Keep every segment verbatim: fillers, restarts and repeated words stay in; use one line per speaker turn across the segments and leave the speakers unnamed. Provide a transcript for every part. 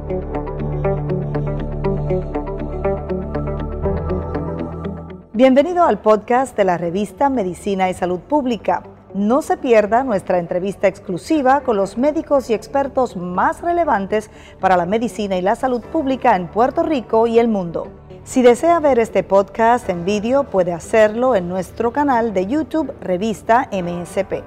Bienvenido al podcast de la revista Medicina y Salud Pública. No se pierda nuestra entrevista exclusiva con los médicos y expertos más relevantes para la medicina y la salud pública en Puerto Rico y el mundo. Si desea ver este podcast en vídeo, puede hacerlo en nuestro canal de YouTube Revista M S P.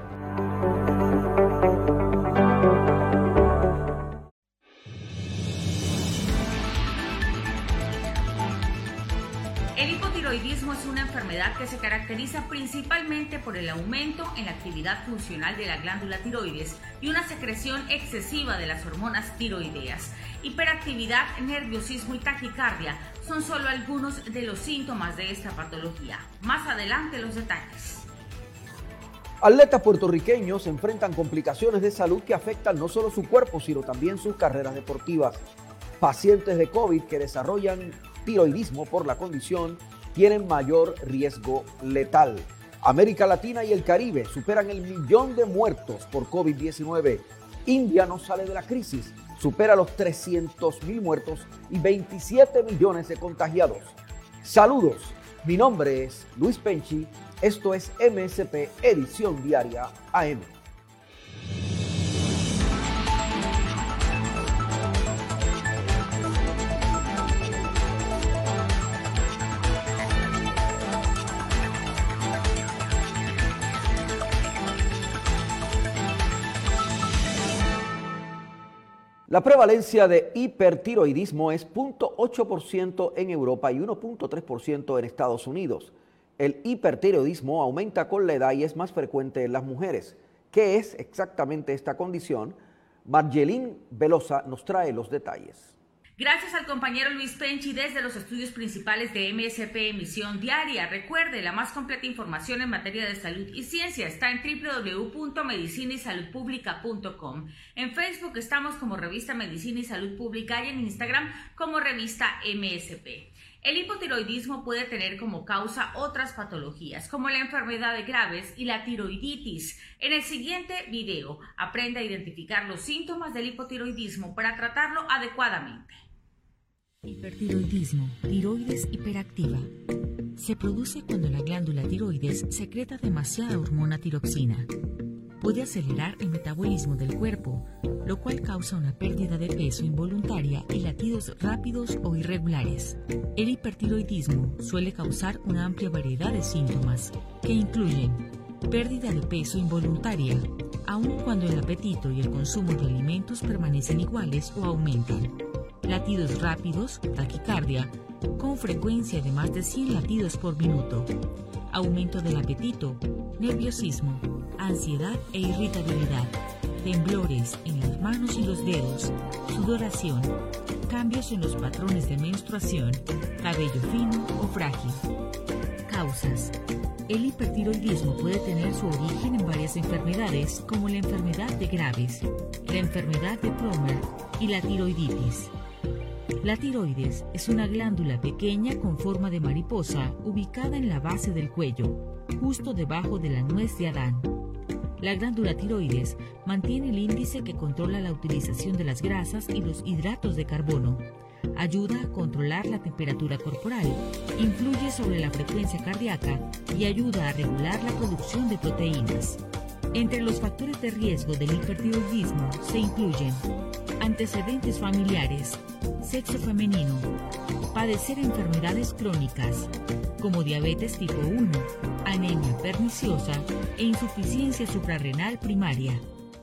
El hipotiroidismo es una enfermedad que se caracteriza principalmente por el aumento en la actividad funcional de la glándula tiroides y una secreción excesiva de las hormonas tiroideas. Hiperactividad, nerviosismo y taquicardia son solo algunos de los síntomas de esta patología. Más adelante los detalles.
Atletas puertorriqueños enfrentan complicaciones de salud que afectan no solo su cuerpo, sino también sus carreras deportivas. Pacientes de COVID que desarrollan tiroidismo por la condición tienen mayor riesgo letal. América Latina y el Caribe superan el millón de muertos por COVID diecinueve. India no sale de la crisis, supera los trescientos mil muertos y veintisiete millones de contagiados. Saludos, mi nombre es Luis Penchi, esto es M S P Edición Diaria A M. La prevalencia de hipertiroidismo es cero punto ocho por ciento en Europa y uno punto tres por ciento en Estados Unidos. El hipertiroidismo aumenta con la edad y es más frecuente en las mujeres. ¿Qué es exactamente esta condición? Margelín Velosa nos trae los detalles.
Gracias al compañero Luis Penchi desde los estudios principales de M S P Emisión Diaria. Recuerde, la más completa información en materia de salud y ciencia está en doble u doble u doble u punto medicina y salud pública punto com. En Facebook estamos como Revista Medicina y Salud Pública y en Instagram como Revista M S P. El hipotiroidismo puede tener como causa otras patologías, como la enfermedad de Graves y la tiroiditis. En el siguiente video, aprende a identificar los síntomas del hipotiroidismo para tratarlo adecuadamente.
Hipertiroidismo, tiroides hiperactiva. Se produce cuando la glándula tiroides secreta demasiada hormona tiroxina. Puede acelerar el metabolismo del cuerpo, lo cual causa una pérdida de peso involuntaria y latidos rápidos o irregulares. El hipertiroidismo suele causar una amplia variedad de síntomas, que incluyen pérdida de peso involuntaria, aun cuando el apetito y el consumo de alimentos permanecen iguales o aumentan. Latidos rápidos, taquicardia, con frecuencia de más de cien latidos por minuto. Aumento del apetito, nerviosismo, ansiedad e irritabilidad. Temblores en las manos y los dedos, sudoración, cambios en los patrones de menstruación, cabello fino o frágil. Causas. El hipertiroidismo puede tener su origen en varias enfermedades, como la enfermedad de Graves, la enfermedad de Plummer y la tiroiditis. La tiroides es una glándula pequeña con forma de mariposa ubicada en la base del cuello, justo debajo de la nuez de Adán. La glándula tiroides mantiene el índice que controla la utilización de las grasas y los hidratos de carbono. Ayuda a controlar la temperatura corporal, influye sobre la frecuencia cardíaca y ayuda a regular la producción de proteínas. Entre los factores de riesgo del hipertiroidismo se incluyen antecedentes familiares, sexo femenino, padecer enfermedades crónicas como diabetes tipo uno, anemia perniciosa e insuficiencia suprarrenal primaria.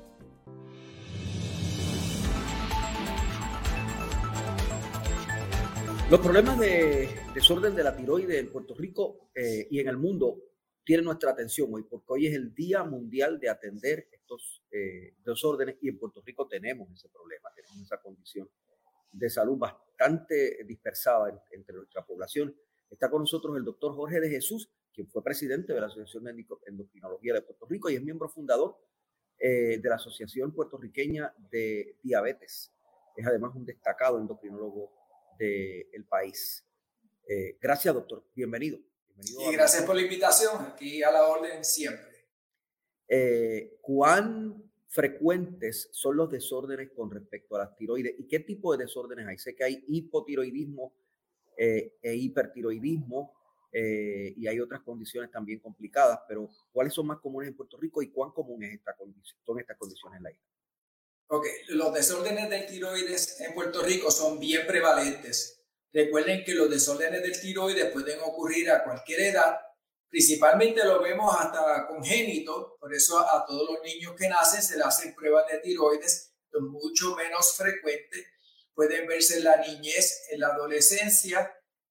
Los problemas de desorden de la tiroides en Puerto Rico eh, y en el mundo tienen nuestra atención hoy, porque hoy es el Día Mundial de atender estos eh, desórdenes y en Puerto Rico tenemos ese problema, tenemos esa condición de salud bastante dispersada en, entre nuestra población. Está con nosotros el doctor Jorge de Jesús, quien fue presidente de la Asociación de Endocrinología de Puerto Rico y es miembro fundador eh, de la Asociación Puertorriqueña de Diabetes. Es además un destacado endocrinólogo del país. Eh, gracias, doctor. Bienvenido. Bienvenido
y gracias por la invitación. Aquí a la orden siempre.
Eh, ¿Cuán frecuentes son los desórdenes con respecto a las tiroides y qué tipo de desórdenes hay? Sé que hay hipotiroidismo eh, e hipertiroidismo eh, y hay otras condiciones también complicadas, pero ¿cuáles son más comunes en Puerto Rico y cuán comunes esta condición, son estas condiciones en la isla?
Ok, los desórdenes del tiroides en Puerto Rico son bien prevalentes. Recuerden que los desórdenes del tiroides pueden ocurrir a cualquier edad. Principalmente lo vemos hasta congénito, por eso a todos los niños que nacen se les hacen pruebas de tiroides, es mucho menos frecuente. Pueden verse en la niñez, en la adolescencia,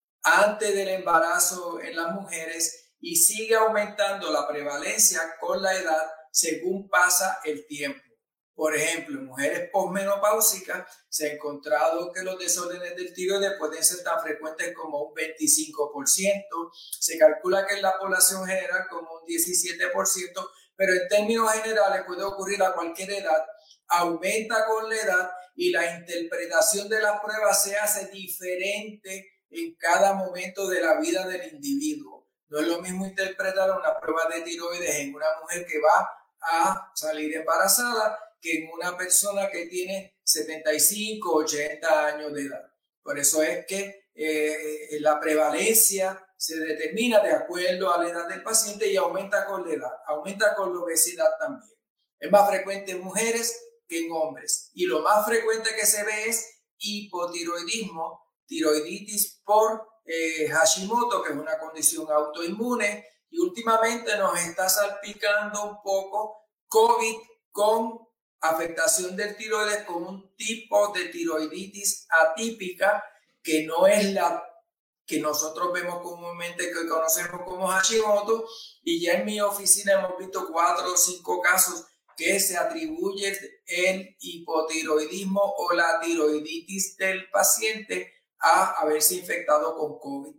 antes del embarazo en las mujeres y sigue aumentando la prevalencia con la edad según pasa el tiempo. Por ejemplo, en mujeres posmenopáusicas se ha encontrado que los desórdenes del tiroides pueden ser tan frecuentes como un veinticinco por ciento. Se calcula que en la población general como un diecisiete por ciento, pero en términos generales puede ocurrir a cualquier edad. Aumenta con la edad y la interpretación de las pruebas se hace diferente en cada momento de la vida del individuo. No es lo mismo interpretar una prueba de tiroides en una mujer que va a salir embarazada que en una persona que tiene setenta y cinco, ochenta años de edad. Por eso es que eh, la prevalencia se determina de acuerdo a la edad del paciente y aumenta con la edad, aumenta con la obesidad también. Es más frecuente en mujeres que en hombres. Y lo más frecuente que se ve es hipotiroidismo, tiroiditis por eh, Hashimoto, que es una condición autoinmune. Y últimamente nos está salpicando un poco COVID con afectación del tiroides con un tipo de tiroiditis atípica que no es la que nosotros vemos comúnmente, que conocemos como Hashimoto, y ya en mi oficina hemos visto cuatro o cinco casos que se atribuye el hipotiroidismo o la tiroiditis del paciente a haberse infectado con COVID.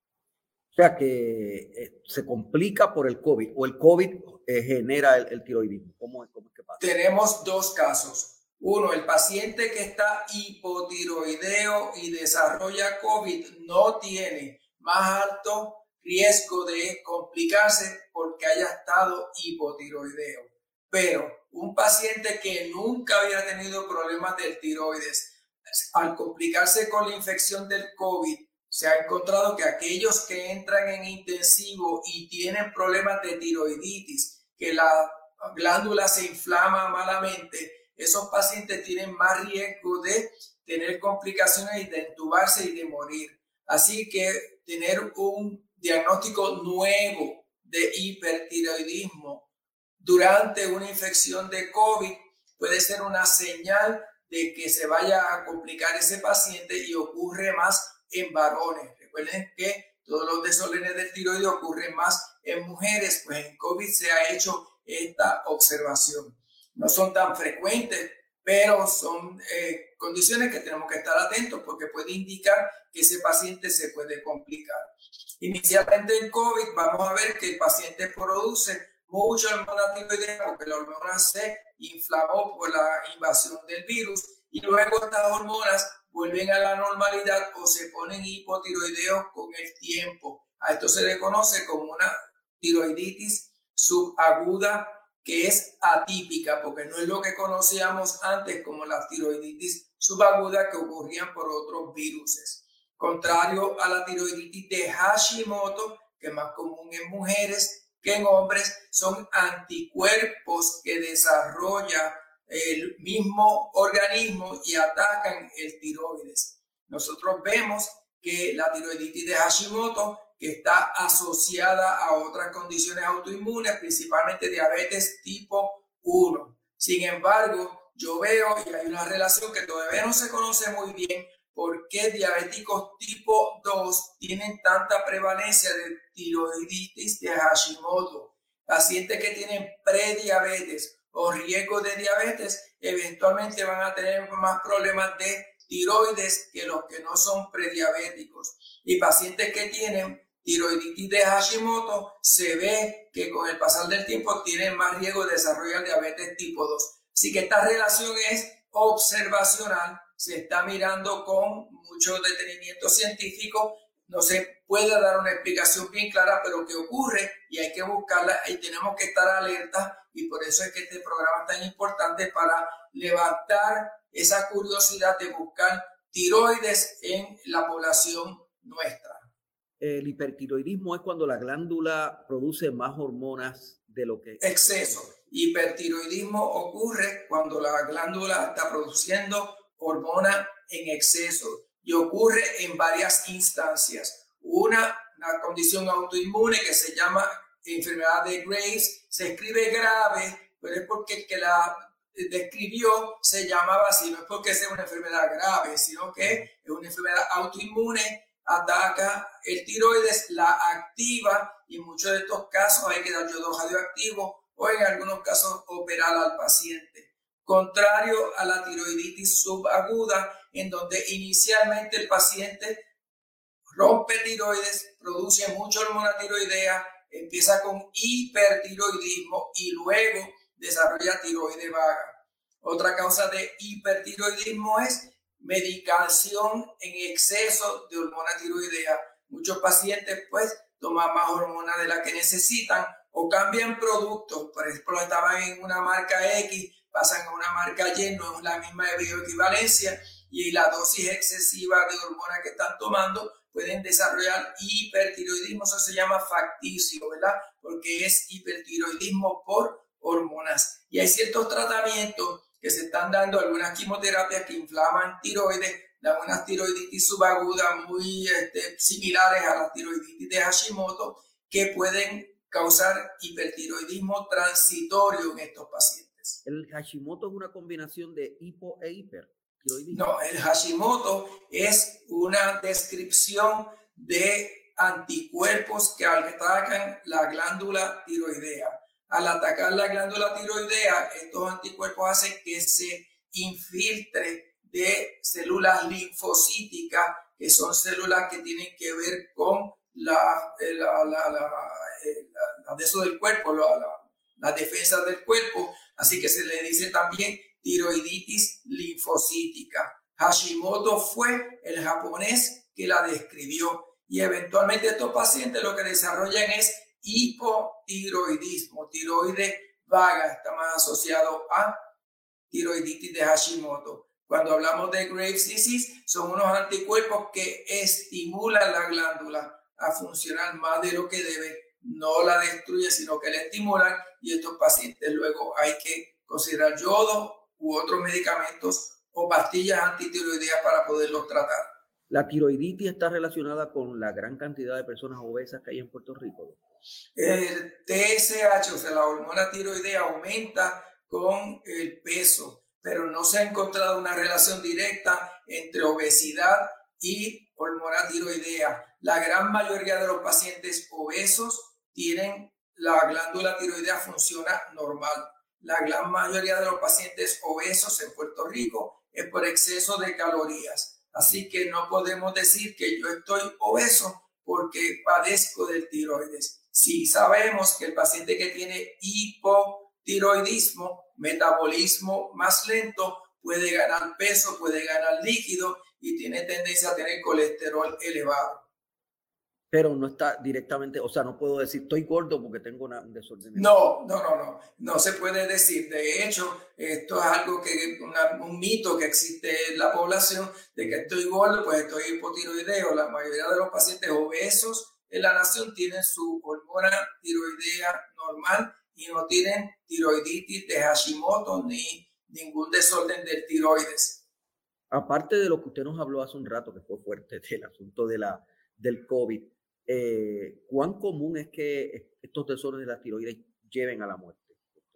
O sea que eh, se complica por el COVID o el COVID eh, genera el, el tiroidismo. ¿Cómo, ¿Cómo es que pasa?
Tenemos dos casos. Uno, el paciente que está hipotiroideo y desarrolla COVID no tiene más alto riesgo de complicarse porque haya estado hipotiroideo. Pero un paciente que nunca había tenido problemas del tiroides, al complicarse con la infección del COVID, se ha encontrado que aquellos que entran en intensivo y tienen problemas de tiroiditis, que la glándula se inflama malamente, esos pacientes tienen más riesgo de tener complicaciones y de entubarse y de morir. Así que tener un diagnóstico nuevo de hipertiroidismo durante una infección de COVID puede ser una señal de que se vaya a complicar ese paciente y ocurre más en varones. Recuerden que todos los desórdenes del tiroides ocurren más en mujeres, pues en COVID se ha hecho esta observación. No son tan frecuentes, pero son eh, condiciones que tenemos que estar atentos porque puede indicar que ese paciente se puede complicar. Inicialmente en COVID vamos a ver que el paciente produce mucha hormona tiroidea porque la hormona se inflamó por la invasión del virus y luego estas hormonas vuelven a la normalidad o se ponen hipotiroideos con el tiempo. A esto se le conoce como una tiroiditis subaguda que es atípica porque no es lo que conocíamos antes como la tiroiditis subaguda que ocurrían por otros virus. Contrario a la tiroiditis de Hashimoto, que es más común en mujeres que en hombres, son anticuerpos que desarrolla el mismo organismo y atacan el tiroides. Nosotros vemos que la tiroiditis de Hashimoto, que está asociada a otras condiciones autoinmunes, principalmente diabetes tipo uno. Sin embargo, yo veo y hay una relación que todavía no se conoce muy bien por qué diabéticos tipo dos tienen tanta prevalencia de tiroiditis de Hashimoto. Pacientes que tienen prediabetes o riesgo de diabetes eventualmente van a tener más problemas de tiroides que los que no son prediabéticos. Y pacientes que tienen tiroiditis de Hashimoto se ve que con el pasar del tiempo tienen más riesgo de desarrollar diabetes tipo dos. Así que esta relación es observacional, se está mirando con mucho detenimiento científico. no se puede dar una explicación bien clara, pero que ocurre y hay que buscarla y tenemos que estar alertas, y por eso es que este programa es tan importante para levantar esa curiosidad de buscar tiroides en la población nuestra.
El hipertiroidismo es cuando la glándula produce más hormonas de lo que...
Exceso. Hipertiroidismo ocurre cuando la glándula está produciendo hormona en exceso y ocurre en varias instancias. Una, una condición autoinmune que se llama enfermedad de Graves, se escribe grave, pero es porque el que la describió se llamaba así, no es porque sea una enfermedad grave, sino que es una enfermedad autoinmune, ataca el tiroides, la activa, y en muchos de estos casos hay que dar yodo radioactivo o en algunos casos operar al paciente. Contrario a la tiroiditis subaguda, en donde inicialmente el paciente rompe tiroides, produce mucha hormona tiroidea, empieza con hipertiroidismo y luego desarrolla tiroide vaga. Otra causa de hipertiroidismo es medicación en exceso de hormona tiroidea. Muchos pacientes pues toman más hormona de la que necesitan o cambian productos. Por ejemplo, estaban en una marca X, pasan a una marca Y, no es la misma bioequivalencia, y la dosis excesiva de hormona que están tomando pueden desarrollar hipertiroidismo. Eso se llama facticio, ¿verdad? Porque es hipertiroidismo por hormonas. Y hay ciertos tratamientos que se están dando, algunas quimioterapias que inflaman tiroides, dan unas tiroiditis subagudas muy este, similares a la tiroiditis de Hashimoto, que pueden causar hipertiroidismo transitorio en estos pacientes.
¿El Hashimoto es una combinación de hipo e hipertiroidismo?
No, el Hashimoto es una descripción de anticuerpos que atacan la glándula tiroidea. Al atacar la glándula tiroidea, estos anticuerpos hacen que se infiltre de células linfocíticas, que son células que tienen que ver con la, la, la, la, la, la de eso del cuerpo, la, la, la defensa del cuerpo. Así que se le dice también tiroiditis linfocítica. Hashimoto fue el japonés que la describió, y eventualmente estos pacientes lo que desarrollan es hipotiroidismo, tiroide vaga, está más asociado a tiroiditis de Hashimoto. Cuando hablamos de Graves' disease, son unos anticuerpos que estimulan la glándula a funcionar más de lo que debe, no la destruyen, sino que la estimulan, y estos pacientes luego hay que considerar yodo u otros medicamentos o pastillas antitiroideas para poderlos tratar.
¿La tiroiditis está relacionada con la gran cantidad de personas obesas que hay en Puerto Rico?
El T S H, o sea, la hormona tiroidea, aumenta con el peso, pero no se ha encontrado una relación directa entre obesidad y hormona tiroidea. La gran mayoría de los pacientes obesos tienen la glándula tiroidea funciona normal. La gran mayoría de los pacientes obesos en Puerto Rico es por exceso de calorías. Así que no podemos decir que yo estoy obeso porque padezco del tiroides. Sí sabemos que el paciente que tiene hipotiroidismo, metabolismo más lento, puede ganar peso, puede ganar líquido y tiene tendencia a tener colesterol elevado.
Pero no está directamente, o sea, no puedo decir estoy gordo porque tengo una, un desorden.
No, no, no, no, no se puede decir. De hecho, esto es algo que, una, un mito que existe en la población, de que estoy gordo, pues estoy hipotiroideo. La mayoría de los pacientes obesos en la nación tienen su hormona tiroidea normal y no tienen tiroiditis de Hashimoto ni ningún desorden del tiroides.
Aparte de lo que usted nos habló hace un rato, que fue fuerte, del asunto de la, del COVID, Eh, ¿cuán común es que estos desórdenes de la tiroides lleven a la muerte?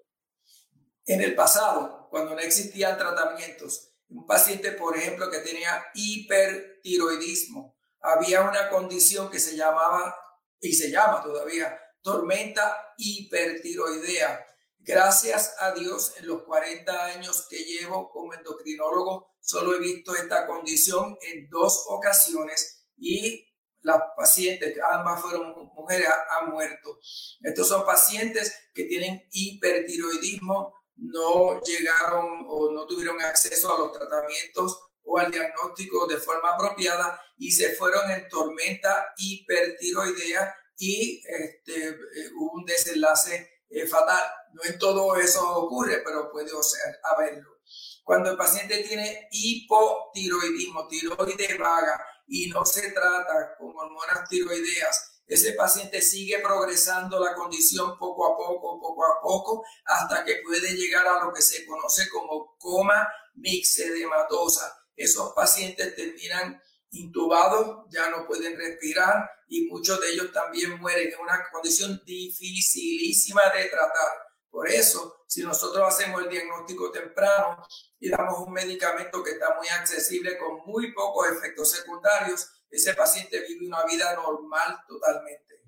En el pasado, cuando no existían tratamientos, un paciente, por ejemplo, que tenía hipertiroidismo, había una condición que se llamaba, y se llama todavía, tormenta hipertiroidea. Gracias a Dios, en los cuarenta años que llevo como endocrinólogo, solo he visto esta condición en dos ocasiones, y las pacientes, ambas fueron mujeres, han muerto. Estos son pacientes que tienen hipertiroidismo, no llegaron o no tuvieron acceso a los tratamientos o al diagnóstico de forma apropiada y se fueron en tormenta hipertiroidea y este, eh, hubo un desenlace eh, fatal. No en todo eso ocurre, pero puede haberlo. Cuando el paciente tiene hipotiroidismo, tiroides vaga, y no se trata con hormonas tiroideas, ese paciente sigue progresando la condición poco a poco, poco a poco, hasta que puede llegar a lo que se conoce como coma mixedematosa. Esos pacientes terminan intubados, ya no pueden respirar y muchos de ellos también mueren. Es una condición dificilísima de tratar. Por eso, si nosotros hacemos el diagnóstico temprano y damos un medicamento que está muy accesible con muy pocos efectos secundarios, ese paciente vive una vida normal totalmente.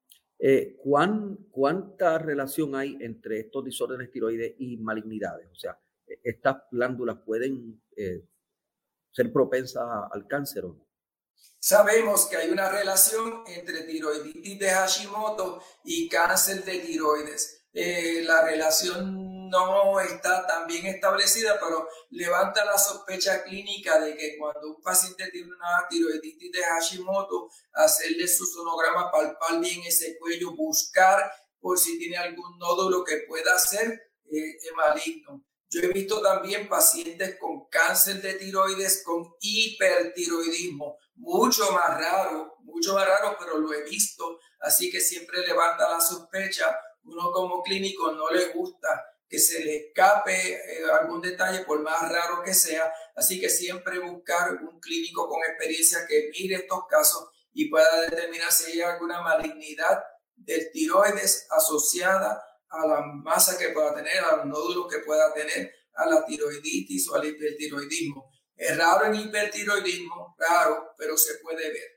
Eh, ¿cuán, ¿Cuánta relación hay entre estos desórdenes tiroides y malignidades? O sea, ¿estas glándulas pueden eh, ser propensas al cáncer o no?
Sabemos que hay una relación entre tiroiditis de Hashimoto y cáncer de tiroides. Eh, la relación no está tan bien establecida, pero levanta la sospecha clínica de que cuando un paciente tiene una tiroiditis de Hashimoto, hacerle su sonograma, palpar bien ese cuello, buscar por si tiene algún nódulo que pueda ser eh, maligno. Yo he visto también pacientes con cáncer de tiroides con hipertiroidismo, mucho más raro, mucho más raro, pero lo he visto, así que siempre levanta la sospecha. Uno como clínico no le gusta que se le escape eh, algún detalle, por más raro que sea, así que siempre buscar un clínico con experiencia que mire estos casos y pueda determinar si hay alguna malignidad del tiroides asociada a la masa que pueda tener, a los nódulos que pueda tener, a la tiroiditis o al hipertiroidismo. Es raro en hipertiroidismo, raro, pero se puede ver.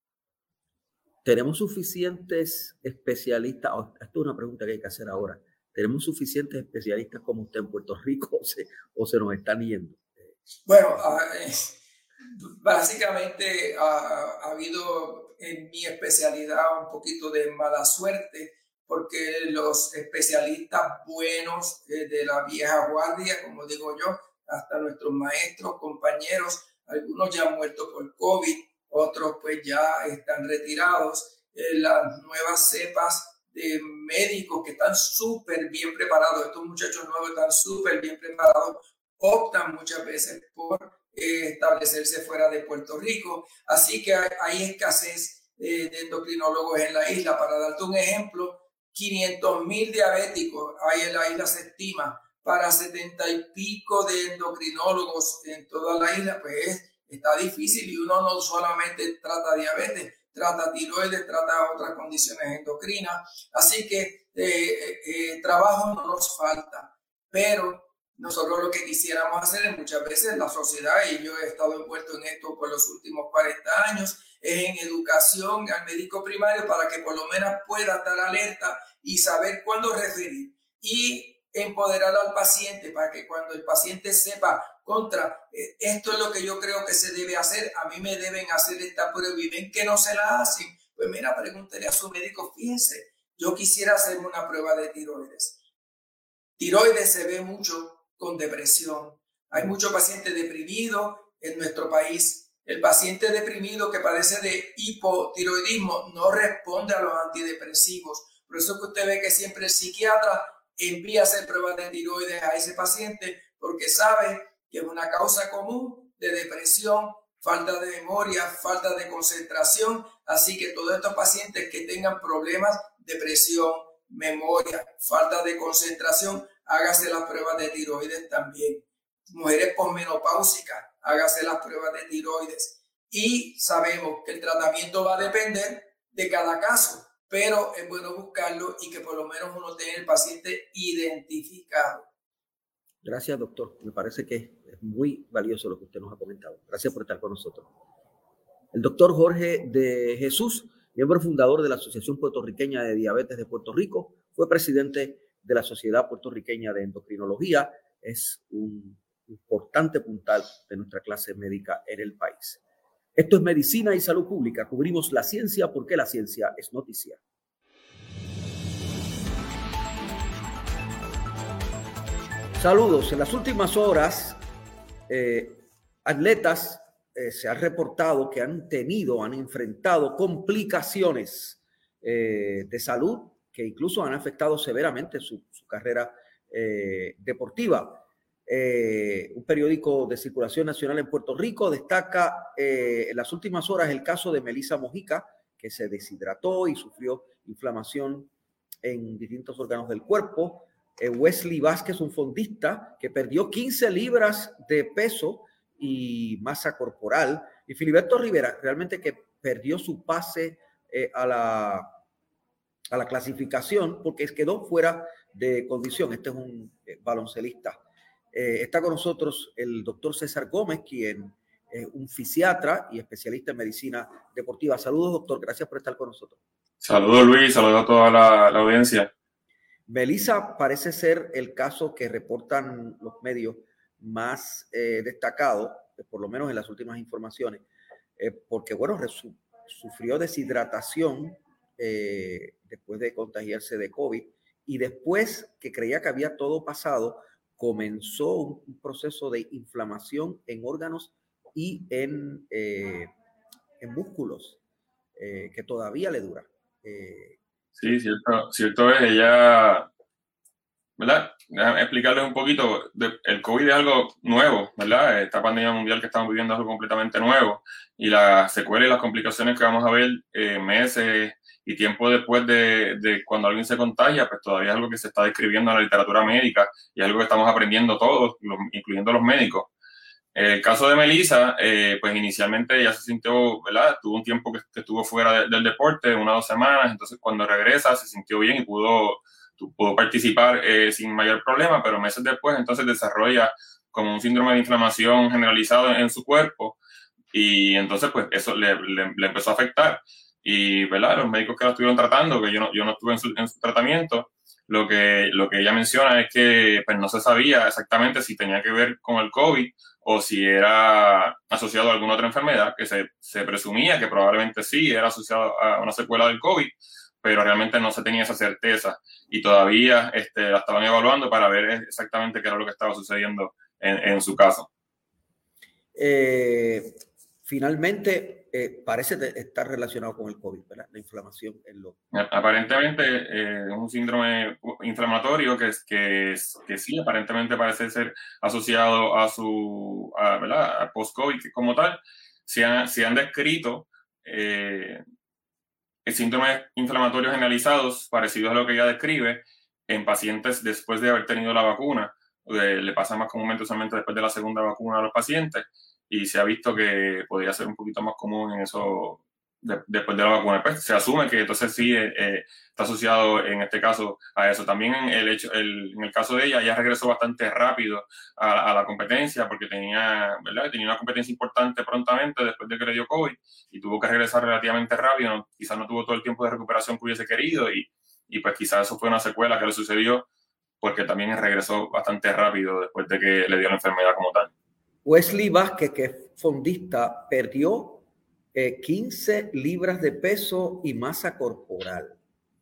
¿Tenemos suficientes especialistas? Oh, esto es una pregunta que hay que hacer ahora. ¿Tenemos suficientes especialistas como usted en Puerto Rico o se, o se nos están yendo?
Bueno, eh, básicamente ha, ha habido en mi especialidad un poquito de mala suerte, porque los especialistas buenos eh, de la vieja guardia, como digo yo, hasta nuestros maestros, compañeros, algunos ya han muerto por COVID, otros pues ya están retirados. Eh, las nuevas cepas de médicos que están súper bien preparados, estos muchachos nuevos están súper bien preparados, optan muchas veces por eh, establecerse fuera de Puerto Rico. Así que hay, hay escasez eh, de endocrinólogos en la isla. Para darte un ejemplo, quinientos mil diabéticos hay en la isla, se estima, para setenta y pico de endocrinólogos en toda la isla, pues está difícil y uno no solamente trata diabetes, trata tiroides, trata otras condiciones endocrinas. Así que eh, eh, trabajo no nos falta, pero nosotros lo que quisiéramos hacer es muchas veces la sociedad, y yo he estado envuelto en esto por los últimos cuarenta años, es en educación al médico primario para que por lo menos pueda estar alerta y saber cuándo referir y empoderar al paciente para que cuando el paciente sepa contra, eh, esto es lo que yo creo que se debe hacer, a mí me deben hacer esta prueba y ven que no se la hacen, pues mira, pregúntele a su médico, fíjense, yo quisiera hacerme una prueba de tiroides. Tiroides se ve mucho con depresión, hay muchos pacientes deprimidos en nuestro país. El paciente deprimido que padece de hipotiroidismo no responde a los antidepresivos. Por eso es que usted ve que siempre el psiquiatra envía a hacer pruebas de tiroides a ese paciente porque sabe que es una causa común de depresión, falta de memoria, falta de concentración. Así que todos estos pacientes que tengan problemas, depresión, memoria, falta de concentración, hágase las pruebas de tiroides también. Mujeres posmenopáusicas, hágase las pruebas de tiroides. Y sabemos que el tratamiento va a depender de cada caso, pero es bueno buscarlo y que por lo menos uno tenga el paciente identificado.
Gracias, doctor. Me parece que es muy valioso lo que usted nos ha comentado. Gracias por estar con nosotros. El doctor Jorge de Jesús, miembro fundador de la Asociación Puertorriqueña de Diabetes de Puerto Rico, fue presidente de la Sociedad Puertorriqueña de Endocrinología. Es un importante puntal de nuestra clase médica en el país. Esto es Medicina y Salud Pública. Cubrimos la ciencia porque la ciencia es noticia. Saludos. En las últimas horas, eh, atletas eh, se ha reportado que han tenido, han enfrentado complicaciones eh, de salud que incluso han afectado severamente su, su carrera eh, deportiva. Eh, un periódico de circulación nacional en Puerto Rico destaca eh, en las últimas horas el caso de Melissa Mojica, que se deshidrató y sufrió inflamación en distintos órganos del cuerpo. Eh, Wesley Vázquez, un fondista que perdió quince libras de peso y masa corporal. Y Filiberto Rivera, realmente que perdió su pase eh, a, la, a la clasificación porque quedó fuera de condición. Este es un eh, baloncelista. Eh, está con nosotros el doctor César Gómez, quien es un fisiatra y especialista en medicina deportiva. Saludos, doctor. Gracias por estar con nosotros.
Saludos, Luis. Saludos a toda la, la audiencia.
Melissa parece ser el caso que reportan los medios más eh, destacado, por lo menos en las últimas informaciones, eh, porque, bueno, resu- sufrió deshidratación eh, después de contagiarse de COVID y después que creía que había todo pasado, comenzó un, un proceso de inflamación en órganos y en, eh, en músculos eh, que todavía le dura. Eh,
Sí, cierto, cierto es, ella, ¿verdad? Déjame explicarles un poquito. De, el COVID es algo nuevo, ¿verdad? Esta pandemia mundial que estamos viviendo es algo completamente nuevo y las secuelas y las complicaciones que vamos a ver eh, meses y tiempo después de, de cuando alguien se contagia, pues todavía es algo que se está describiendo en la literatura médica y es algo que estamos aprendiendo todos, los, incluyendo los médicos. El caso de Melissa, eh, pues inicialmente ella se sintió, ¿verdad? Tuvo un tiempo que, que estuvo fuera de, del deporte, una o dos semanas, entonces cuando regresa se sintió bien y pudo, pudo participar eh, sin mayor problema, pero meses después entonces desarrolla como un síndrome de inflamación generalizado en, en su cuerpo y entonces pues eso le, le, le empezó a afectar. Y, ¿verdad? Los médicos que la estuvieron tratando, que yo no, yo no estuve en su, en su tratamiento, lo que, lo que ella menciona es que pues, no se sabía exactamente si tenía que ver con el COVID o si era asociado a alguna otra enfermedad, que se, se presumía que probablemente sí era asociado a una secuela del COVID, pero realmente no se tenía esa certeza y todavía este, la estaban evaluando para ver exactamente qué era lo que estaba sucediendo en, en su caso.
Eh, finalmente, eh, parece estar relacionado con el COVID, ¿verdad? La inflamación en los...
Aparentemente eh, es un síndrome inflamatorio que, es, que, es, que sí, aparentemente parece ser asociado a su, a, ¿verdad? A post-COVID como tal. Se han, se han descrito eh, síntomas inflamatorios generalizados parecidos a lo que ella describe en pacientes después de haber tenido la vacuna. Eh, le pasa más comúnmente solamente después de la segunda vacuna a los pacientes y se ha visto que podría ser un poquito más común en eso de, después de la vacuna. Pues se asume que entonces sí eh, eh, está asociado en este caso a eso. También en el, hecho, el, en el caso de ella, ella regresó bastante rápido a, a la competencia porque tenía, ¿verdad? tenía una competencia importante prontamente después de que le dio COVID y tuvo que regresar relativamente rápido. No, quizás no tuvo todo el tiempo de recuperación que hubiese querido y, y pues quizás eso fue una secuela que le sucedió porque también regresó bastante rápido después de que le dio la enfermedad como tal.
Wesley Vázquez, que es fondista, perdió eh, quince libras de peso y masa corporal.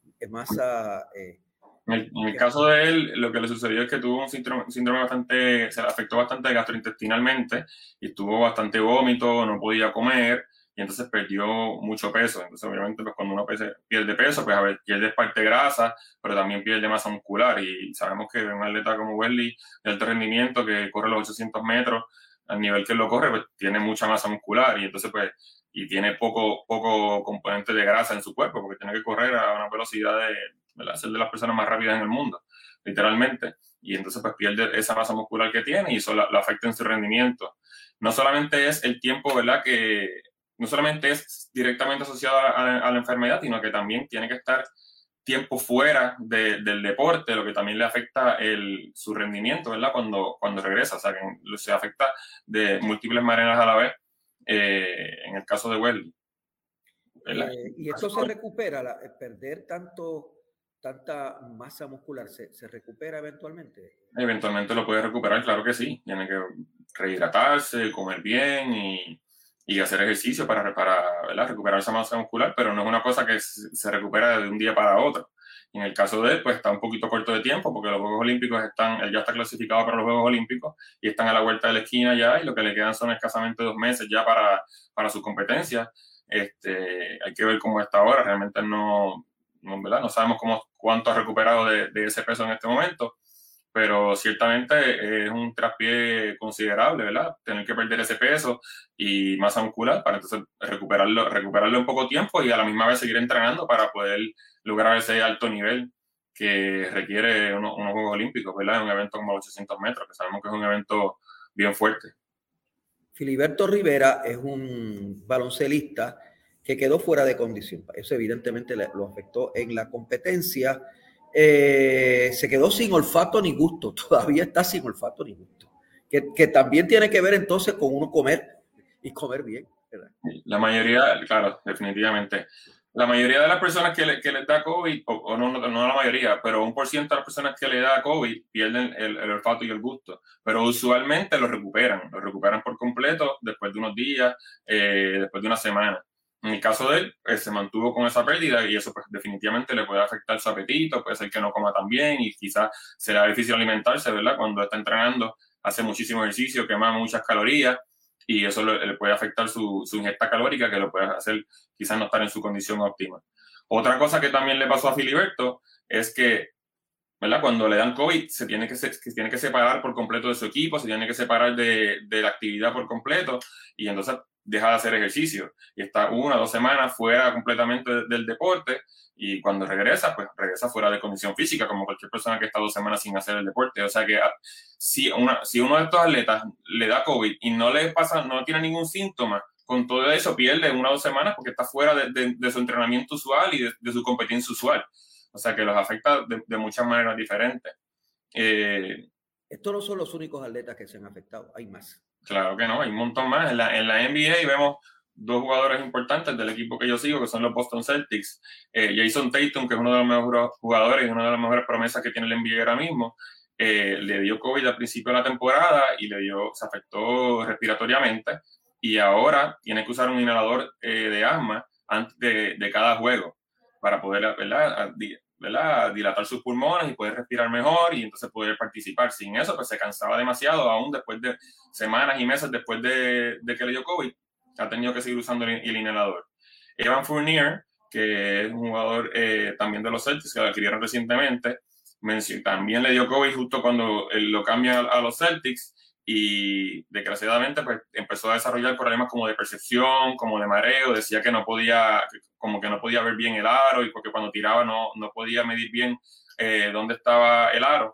Masa, eh,
en, el, en el caso de él, lo que le sucedió es que tuvo un síndrome, síndrome bastante, se le afectó bastante gastrointestinalmente y tuvo bastante vómito, no podía comer y entonces perdió mucho peso. Entonces, obviamente, pues cuando uno pierde peso, pues a ver, pierde parte grasa, pero también pierde masa muscular y sabemos que un atleta como Wesley de alto rendimiento que corre los ochocientos metros, al nivel que él lo corre, pues tiene mucha masa muscular y entonces pues y tiene poco, poco componente de grasa en su cuerpo porque tiene que correr a una velocidad de, ¿verdad? Ser de las personas más rápidas en el mundo, literalmente. Y entonces pues pierde esa masa muscular que tiene y eso la, la afecta en su rendimiento. No solamente es el tiempo, ¿verdad? Que no solamente es directamente asociado a, a, a la enfermedad, sino que también tiene que estar tiempo fuera de, del deporte, lo que también le afecta el, su rendimiento, ¿verdad? Cuando, cuando regresa, o sea, que se afecta de múltiples maneras a la vez, eh, en el caso de Wesley.
Eh, y esto se recupera, la, perder tanto, tanta masa muscular, ¿se, se recupera eventualmente?
Eventualmente lo puede recuperar, claro que sí. Tiene que rehidratarse, comer bien y, y hacer ejercicio para, para ¿verdad? recuperar esa masa muscular, pero no es una cosa que se recupera de un día para otro. Y en el caso de él, pues está un poquito corto de tiempo porque los Juegos Olímpicos están, él ya está clasificado para los Juegos Olímpicos y están a la vuelta de la esquina ya y lo que le quedan son escasamente dos meses ya para, para su competencia. Este, hay que ver cómo está ahora, realmente no, no, ¿verdad? No sabemos cómo, cuánto ha recuperado de, de ese peso en este momento, pero ciertamente es un traspié considerable, ¿verdad? Tener que perder ese peso y masa muscular para entonces recuperarlo, recuperarlo en poco tiempo y a la misma vez seguir entrenando para poder lograr ese alto nivel que requiere unos, unos Juegos Olímpicos, ¿verdad? Un evento como los ochocientos metros, que sabemos que es un evento bien fuerte.
Filiberto Rivera es un baloncelista que quedó fuera de condición. Eso evidentemente lo afectó en la competencia. Eh, se quedó sin olfato ni gusto. Todavía está sin olfato ni gusto. Que, que también tiene que ver entonces con uno comer y comer bien, ¿verdad?
La mayoría, claro, definitivamente. La mayoría de las personas que, le, que les da COVID, o, o no, no, no la mayoría, pero un por ciento de las personas que le da COVID pierden el, el olfato y el gusto. Pero usualmente lo recuperan, lo recuperan por completo después de unos días, eh, después de una semana. En el caso de él, pues, se mantuvo con esa pérdida y eso pues, definitivamente le puede afectar su apetito, puede ser que no coma tan bien y quizás será difícil alimentarse, ¿verdad? Cuando está entrenando, hace muchísimo ejercicio, quema muchas calorías y eso le, le puede afectar su, su ingesta calórica, que lo puede hacer quizás no estar en su condición óptima. Otra cosa que también le pasó a Filiberto es que, ¿verdad? Cuando le dan COVID, se tiene que, se, que tiene que separar por completo de su equipo, se tiene que separar de, de la actividad por completo y entonces deja de hacer ejercicio y está una o dos semanas fuera completamente de, del deporte y cuando regresa, pues regresa fuera de condición física, como cualquier persona que está dos semanas sin hacer el deporte. O sea que si, una, si uno de estos atletas le da COVID y no le pasa, no tiene ningún síntoma, con todo eso pierde una o dos semanas porque está fuera de, de, de su entrenamiento usual y de, de su competencia usual. O sea que los afecta de, de muchas maneras diferentes. Eh,
Estos no son los únicos atletas que se han afectado, hay más.
Claro que no, hay un montón más. En la, en la N B A vemos dos jugadores importantes del equipo que yo sigo, que son los Boston Celtics. Eh, Jason Tatum, que es uno de los mejores jugadores y una de las mejores promesas que tiene el N B A ahora mismo, eh, le dio COVID al principio de la temporada y le dio, se afectó respiratoriamente y ahora tiene que usar un inhalador eh, de asma antes de, de cada juego para poder, ¿verdad? ¿verdad? dilatar sus pulmones y poder respirar mejor y entonces poder participar. Sin eso, pues se cansaba demasiado, aún después de semanas y meses después de, de que le dio COVID, ha tenido que seguir usando el, el inhalador. Evan Fournier, que es un jugador eh, también de los Celtics, que lo adquirieron recientemente, también le dio COVID justo cuando él lo cambia a los Celtics y desgraciadamente pues empezó a desarrollar problemas como de percepción, como de mareo, decía que no podía, como que no podía ver bien el aro y porque cuando tiraba no, no podía medir bien eh, dónde estaba el aro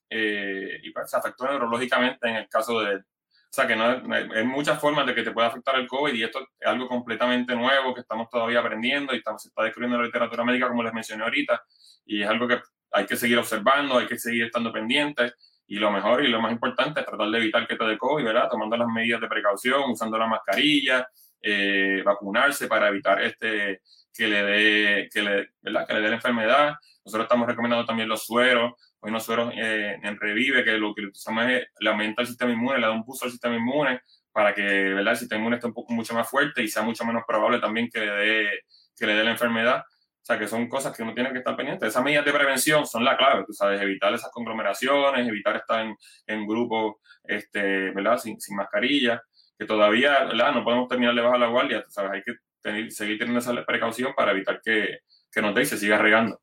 eh, y pues se afectó neurológicamente en el caso de él. O sea que no hay, hay muchas formas de que te pueda afectar el COVID y esto es algo completamente nuevo que estamos todavía aprendiendo y estamos, se está descubriendo en la literatura médica como les mencioné ahorita y es algo que hay que seguir observando, hay que seguir estando pendientes. Y lo mejor y lo más importante es tratar de evitar que te dé COVID, ¿verdad? Tomando las medidas de precaución, usando la mascarilla, eh, vacunarse para evitar este, que le dé, que le, ¿verdad? Que le dé la enfermedad. Nosotros estamos recomendando también los sueros. Hay unos sueros eh, en Revive que lo que usamos es, le aumenta el sistema inmune, le da un boost al sistema inmune para que, ¿verdad? El sistema inmune esté un poco mucho más fuerte y sea mucho menos probable también que le dé, que le dé la enfermedad. O sea, que son cosas que uno tiene que estar pendiente. Esas medidas de prevención son la clave, tú sabes, evitar esas conglomeraciones, evitar estar en, en grupos, este, ¿verdad? Sin, sin mascarilla, que todavía, ¿verdad? No podemos terminar de bajar la guardia, tú sabes, hay que tener, seguir teniendo esa precaución para evitar que, que nos dé y se siga regando.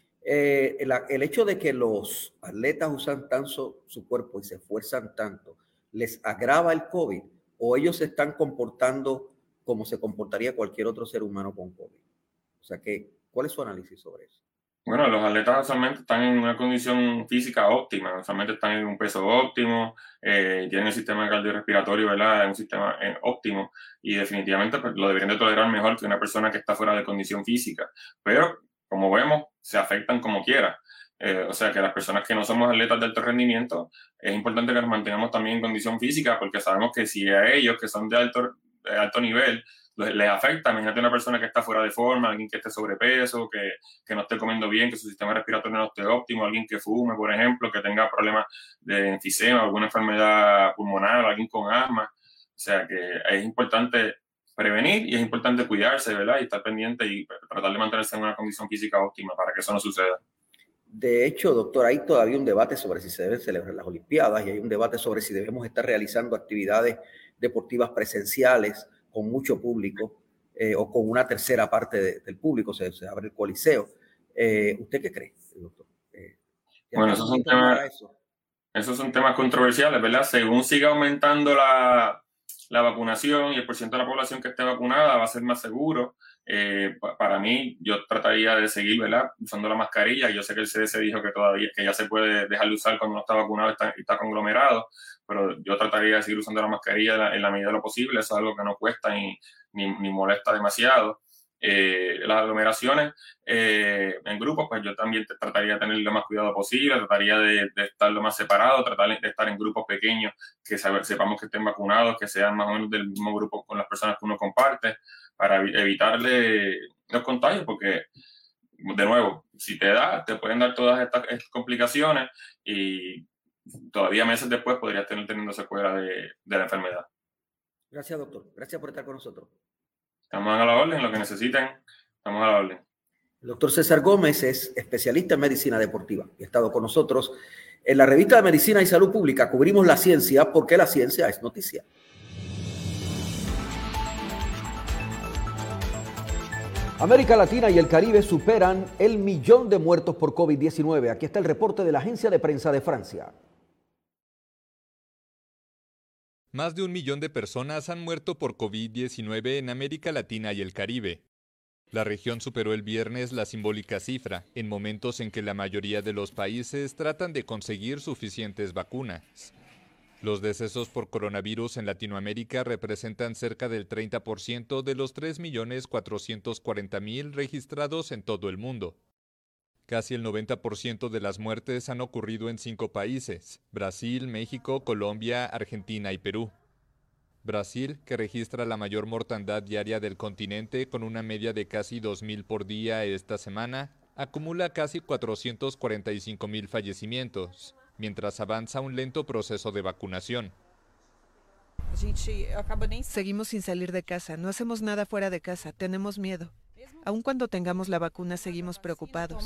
Eh, el, el hecho de que los atletas usan tanto su cuerpo y se esfuerzan tanto, ¿les agrava el COVID o ellos se están comportando como se comportaría cualquier otro ser humano con COVID? O sea, que ¿cuál es su análisis sobre eso?
Bueno, los atletas usualmente están en una condición física óptima, usualmente están en un peso óptimo, eh, tienen el sistema cardiorrespiratorio, ¿verdad? En un sistema eh, óptimo y definitivamente pues, lo deberían de tolerar mejor que una persona que está fuera de condición física. Pero, como vemos, se afectan como quiera. Eh, o sea, que las personas que no somos atletas de alto rendimiento, es importante que nos mantengamos también en condición física porque sabemos que si a ellos que son de alto, de alto nivel, les afecta. Imagínate una persona que está fuera de forma, alguien que esté sobrepeso, que, que no esté comiendo bien, que su sistema respiratorio no esté óptimo, alguien que fume, por ejemplo, que tenga problemas de enfisema, alguna enfermedad pulmonar, alguien con asma. O sea que es importante prevenir y es importante cuidarse, ¿verdad? Y estar pendiente y tratar de mantenerse en una condición física óptima para que eso no suceda.
De hecho, doctor, hay todavía un debate sobre si se deben celebrar las Olimpiadas y hay un debate sobre si debemos estar realizando actividades deportivas presenciales con mucho público eh, o con una tercera parte de, del público, se, se abre el coliseo. Eh, ¿Usted qué cree, doctor? Eh,
bueno, esos son, temas, eso? esos son temas controversiales, ¿verdad? Según siga aumentando la, la vacunación y el porcentaje de la población que esté vacunada va a ser más seguro. Eh, para mí, yo trataría de seguir, ¿verdad?, usando la mascarilla. Yo sé que el C D C dijo que todavía que ya se puede dejar de usar cuando no está vacunado y está, está conglomerado, pero yo trataría de seguir usando la mascarilla en la, en la medida de lo posible. Eso es algo que no cuesta ni, ni, ni molesta demasiado. Eh, las aglomeraciones eh, en grupos, pues yo también trataría de tener lo más cuidado posible, trataría de, de estar lo más separado, tratar de estar en grupos pequeños que saber, sepamos que estén vacunados, que sean más o menos del mismo grupo con las personas que uno comparte, para evitarle los contagios, porque, de nuevo, si te da, te pueden dar todas estas, estas complicaciones y todavía meses después podrías tener teniendo secuelas de, de la enfermedad.
Gracias, doctor. Gracias por estar con nosotros.
Estamos a la orden, lo que necesiten, estamos a la orden.
El doctor César Gómez es especialista en medicina deportiva y ha estado con nosotros en la revista de Medicina y Salud Pública. Cubrimos la ciencia porque la ciencia es noticia. América Latina y el Caribe superan el millón de muertos por COVID diecinueve. Aquí está el reporte de la Agencia de Prensa de Francia.
Más de un millón de personas han muerto por COVID diecinueve en América Latina y el Caribe. La región superó el viernes la simbólica cifra, en momentos en que la mayoría de los países tratan de conseguir suficientes vacunas. Los decesos por coronavirus en Latinoamérica representan cerca del treinta por ciento de los tres millones cuatrocientos cuarenta mil registrados en todo el mundo. Casi el noventa por ciento de las muertes han ocurrido en cinco países: Brasil, México, Colombia, Argentina y Perú. Brasil, que registra la mayor mortandad diaria del continente con una media de casi dos mil por día esta semana, acumula casi cuatrocientos cuarenta y cinco mil fallecimientos, mientras avanza un lento proceso de vacunación.
Seguimos sin salir de casa, no hacemos nada fuera de casa, tenemos miedo. Aun cuando tengamos la vacuna, seguimos preocupados.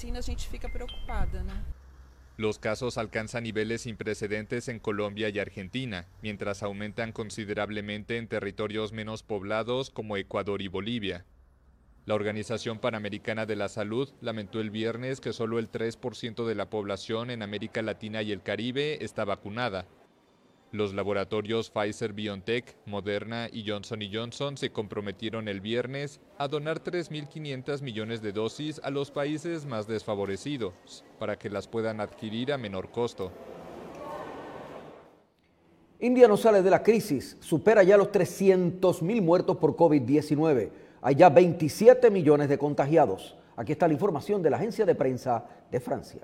Los casos alcanzan niveles sin precedentes en Colombia y Argentina, mientras aumentan considerablemente en territorios menos poblados como Ecuador y Bolivia. La Organización Panamericana de la Salud lamentó el viernes que solo el tres por ciento de la población en América Latina y el Caribe está vacunada. Los laboratorios Pfizer-BioNTech, Moderna y Johnson y Johnson se comprometieron el viernes a donar tres mil quinientos millones de dosis a los países más desfavorecidos, para que las puedan adquirir a menor costo.
India no sale de la crisis, supera ya los trescientos mil muertos por COVID diecinueve. Hay ya veintisiete millones de contagiados. Aquí está la información de la agencia de prensa de Francia.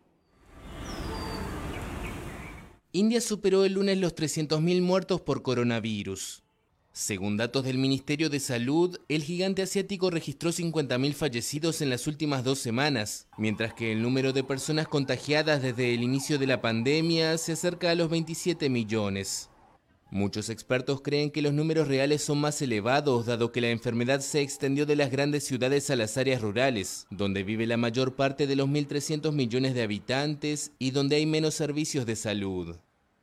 India superó el lunes los trescientos mil muertos por coronavirus. Según datos del Ministerio de Salud, el gigante asiático registró cincuenta mil fallecidos en las últimas dos semanas, mientras que el número de personas contagiadas desde el inicio de la pandemia se acerca a los veintisiete millones. Muchos expertos creen que los números reales son más elevados, dado que la enfermedad se extendió de las grandes ciudades a las áreas rurales, donde vive la mayor parte de los mil trescientos millones de habitantes y donde hay menos servicios de salud.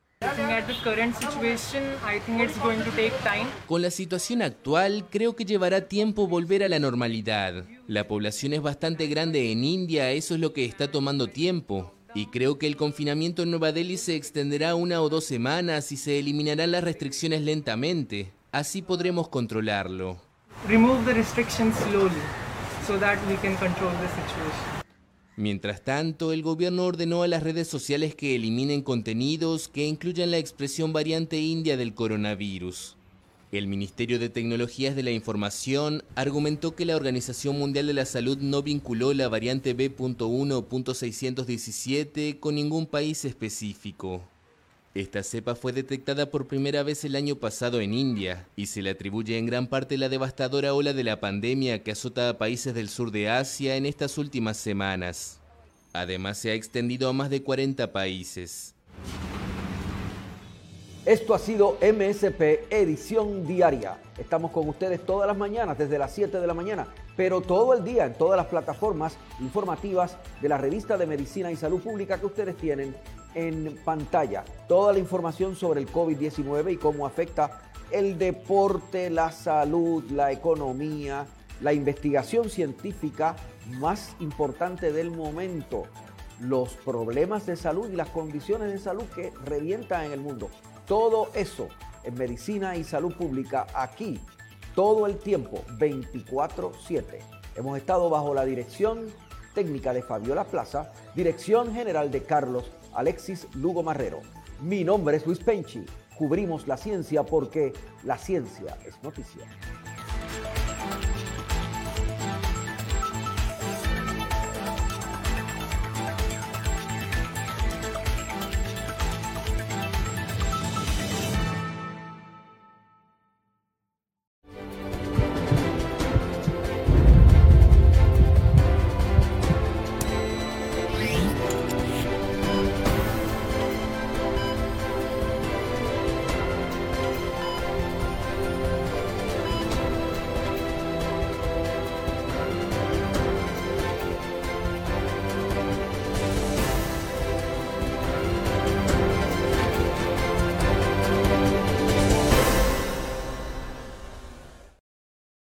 Con la situación actual, creo que llevará tiempo volver a la normalidad. La población es bastante grande en India, eso es lo que está tomando tiempo. Y creo que el confinamiento en Nueva Delhi se extenderá una o dos semanas y se eliminarán las restricciones lentamente. Así podremos controlarlo.
Remove the restrictions slowly so that we can control the situation.
Mientras tanto, el gobierno ordenó a las redes sociales que eliminen contenidos que incluyan la expresión variante india del coronavirus. El Ministerio de Tecnologías de la Información argumentó que la Organización Mundial de la Salud no vinculó la variante B punto uno punto seiscientos diecisiete con ningún país específico. Esta cepa fue detectada por primera vez el año pasado en India y se le atribuye en gran parte la devastadora ola de la pandemia que azota a países del sur de Asia en estas últimas semanas. Además, se ha extendido a más de cuarenta países.
Esto ha sido M S P Edición Diaria. Estamos con ustedes todas las mañanas, desde las siete de la mañana, pero todo el día en todas las plataformas informativas de la revista de Medicina y Salud Pública que ustedes tienen en pantalla. Toda la información sobre el COVID diecinueve y cómo afecta el deporte, la salud, la economía, la investigación científica más importante del momento, los problemas de salud y las condiciones de salud que revientan en el mundo. Todo eso en Medicina y Salud Pública, aquí, todo el tiempo, veinticuatro siete. Hemos estado bajo la dirección técnica de Fabiola Plaza, dirección general de Carlos Alexis Lugo Marrero. Mi nombre es Luis Penchi. Cubrimos la ciencia porque la ciencia es noticia.